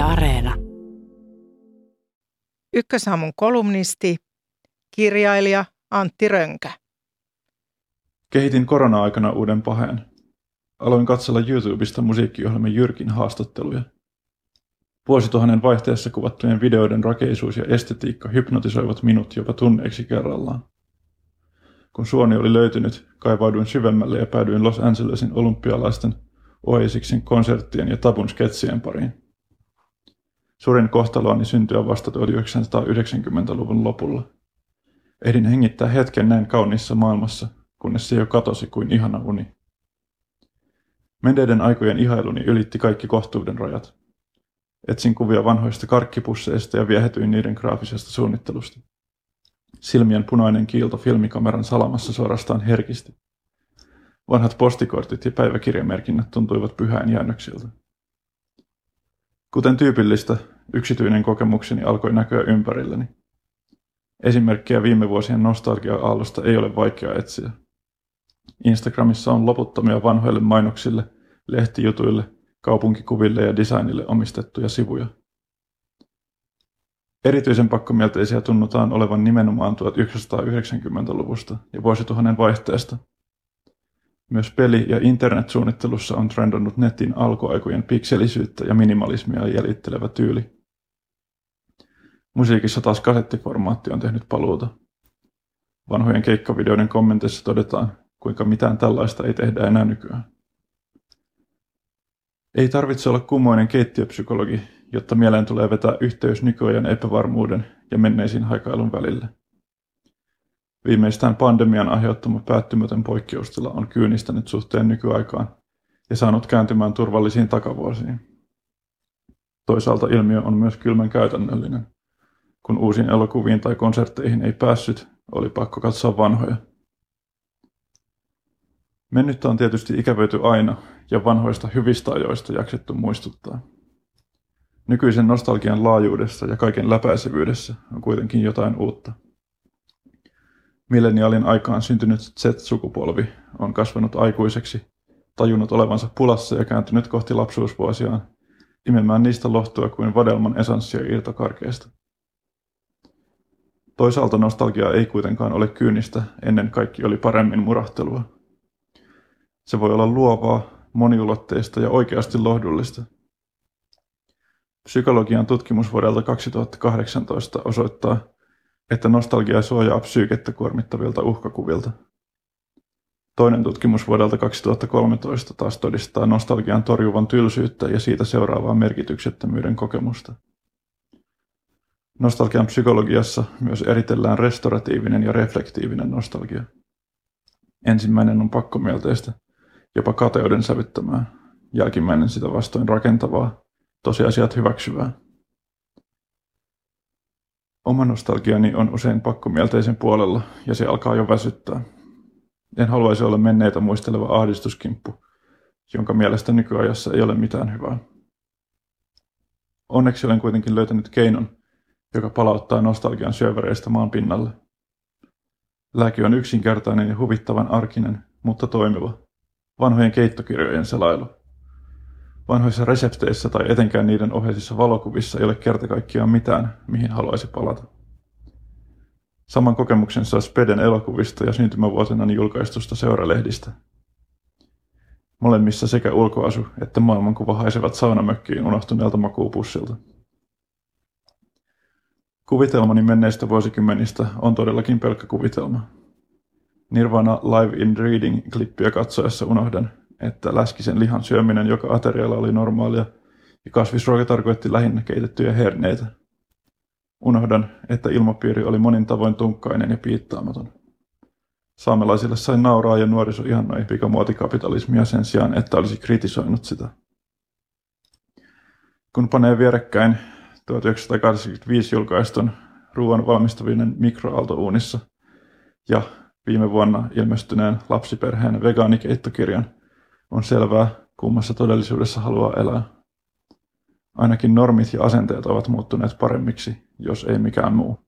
Areena. Ykkösaamun kolumnisti, kirjailija Antti Rönkä. Kehitin korona-aikana uuden paheen. Aloin katsella YouTubesta musiikkiohjelman Jyrkin haastatteluja. Vuosituhannen vaihteessa kuvattujen videoiden rakeisuus ja estetiikka hypnotisoivat minut jopa tunneiksi kerrallaan. Kun suoni oli löytynyt, kaivauduin syvemmälle ja päädyin Los Angelesin olympialaisten, Oasisin konserttien ja Tabun sketsien pariin. Surin kohtaloani syntyä vasta 1990-luvun lopulla. Ehdin hengittää hetken näin kauniissa maailmassa, kunnes se jo katosi kuin ihana uni. Menneiden aikojen ihailuni ylitti kaikki kohtuuden rajat. Etsin kuvia vanhoista karkkipusseista ja viehätyin niiden graafisesta suunnittelusta. Silmien punainen kiilto filmikameran salamassa suorastaan herkisti. Vanhat postikortit ja päiväkirjamerkinnät tuntuivat pyhäin jäännöksiltä. Kuten tyypillistä, yksityinen kokemukseni alkoi näkyä ympärilleni. Esimerkkejä viime vuosien nostalgia-aallosta ei ole vaikea etsiä. Instagramissa on loputtomia vanhoille mainoksille, lehtijutuille, kaupunkikuville ja designille omistettuja sivuja. Erityisen pakkomielteisiä tunnutaan olevan nimenomaan 1990-luvusta ja vuosituhannen vaihteesta. Myös peli- ja internetsuunnittelussa on trendannut netin alkuaikojen pikselisyyttä ja minimalismia jäljittelevä tyyli. Musiikissa taas kasettiformaatti on tehnyt paluuta. Vanhojen keikkavideoiden kommenteissa todetaan, kuinka mitään tällaista ei tehdä enää nykyään. Ei tarvitse olla kummoinen keittiöpsykologi, jotta mieleen tulee vetää yhteys nykyajan epävarmuuden ja menneisiin haikailun välille. Viimeistään pandemian aiheuttama päättymätön poikkeustila on kyynistänyt suhteen nykyaikaan ja saanut kääntymään turvallisiin takavuosiin. Toisaalta ilmiö on myös kylmän käytännöllinen. Kun uusiin elokuviin tai konsertteihin ei päässyt, oli pakko katsoa vanhoja. Mennyttä on tietysti ikävöity aina ja vanhoista hyvistä ajoista jaksettu muistuttaa. Nykyisen nostalgian laajuudessa ja kaiken läpäisevyydessä on kuitenkin jotain uutta. Milleniaalin aikaan syntynyt Z-sukupolvi on kasvanut aikuiseksi, tajunnut olevansa pulassa ja kääntynyt kohti lapsuusvuosiaan, imemään niistä lohtua kuin vadelman esanssia irtokarkeista. Toisaalta nostalgia ei kuitenkaan ole kyynistä, ennen kaikki oli paremmin murahtelua. Se voi olla luovaa, moniulotteista ja oikeasti lohdullista. Psykologian tutkimus vuodelta 2018 osoittaa, että nostalgia suojaa psyykettä kuormittavilta uhkakuvilta. Toinen tutkimus vuodelta 2013 taas todistaa nostalgian torjuvan tylsyyttä ja siitä seuraavaa merkityksettömyyden kokemusta. Nostalgian psykologiassa myös eritellään restoratiivinen ja reflektiivinen nostalgia. Ensimmäinen on pakkomielteistä, jopa kateuden sävyttämää, jälkimmäinen sitä vastoin rakentavaa, tosiasiat hyväksyvää. Oma nostalgiani on usein pakkomielteisen puolella ja se alkaa jo väsyttää. En haluaisi olla menneitä muisteleva ahdistuskimppu, jonka mielestä nykyajassa ei ole mitään hyvää. Onneksi olen kuitenkin löytänyt keinon, joka palauttaa nostalgian syövereistä maan pinnalle. Lääke on yksinkertainen ja huvittavan arkinen, mutta toimiva. Vanhojen keittokirjojen selailu. Vanhoissa resepteissä tai etenkään niiden oheisissa valokuvissa ei ole kerta kaikkiaan mitään, mihin haluaisi palata. Saman kokemuksen saa Speden elokuvista ja syntymävuotenani julkaistusta seuralehdistä. Molemmissa sekä ulkoasu että maailmankuva haisevat saunamökkiin unohtuneelta makuupussilta. Kuvitelmani menneistä vuosikymmenistä on todellakin pelkkä kuvitelma. Nirvana Live in Reading-klippiä katsoessa unohdan, että läskisen lihan syöminen joka aterialla oli normaalia ja kasvisruoka tarkoitti lähinnä keitettyjä herneitä. Unohdan, että ilmapiiri oli monin tavoin tunkkainen ja piittaamaton. Saamelaisille sai nauraa ja nuoriso ihannoi pikamuotikapitalismia sen sijaan, että olisi kritisoinut sitä. Kun panee vierekkäin 1985 julkaistun ruoan valmistaminen mikroaaltouunissa ja viime vuonna ilmestyneen lapsiperheen vegaanikeittokirjan, on selvää, kummassa todellisuudessa haluaa elää. Ainakin normit ja asenteet ovat muuttuneet paremmiksi, jos ei mikään muu.